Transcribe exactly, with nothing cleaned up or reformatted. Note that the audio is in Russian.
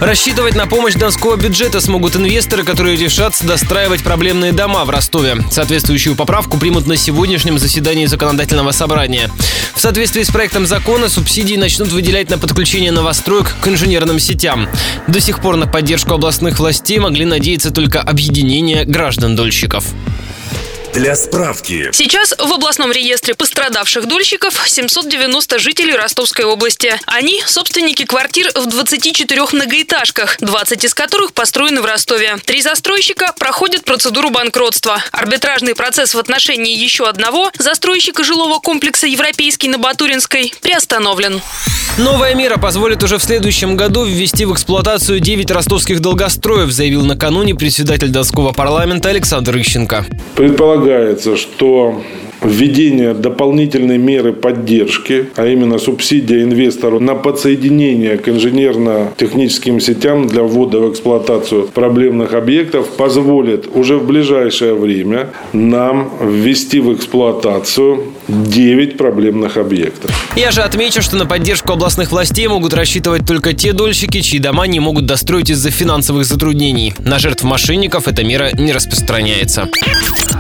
Рассчитывать на помощь Донского бюджета смогут инвесторы, которые решатся достраивать проблемные дома в Ростове. Соответствующую поправку примут на сегодняшнем заседании законодательного собрания. В соответствии с проектом закона субсидии начнут выделять на подключение новостроек к инженерным сетям. До сих пор на поддержку областных властей могли надеяться только объединения граждан-дольщиков. Для справки. Сейчас в областном реестре пострадавших дольщиков семьсот девяносто жителей Ростовской области. Они – собственники квартир в двадцати четырёх многоэтажках, двадцать из которых построены в Ростове. Три застройщика проходят процедуру банкротства. Арбитражный процесс в отношении еще одного застройщика жилого комплекса «Европейский» на Батуринской приостановлен. Новая мера позволит уже в следующем году ввести в эксплуатацию девять ростовских долгостроев, заявил накануне председатель Донского парламента Александр Ищенко. Предполагается, что введение дополнительной меры поддержки, а именно субсидия инвестору на подсоединение к инженерно-техническим сетям для ввода в эксплуатацию проблемных объектов, позволит уже в ближайшее время нам ввести в эксплуатацию девять проблемных объектов. Я же отмечу, что на поддержку областных властей могут рассчитывать только те дольщики, чьи дома не могут достроить из-за финансовых затруднений. На жертв мошенников эта мера не распространяется.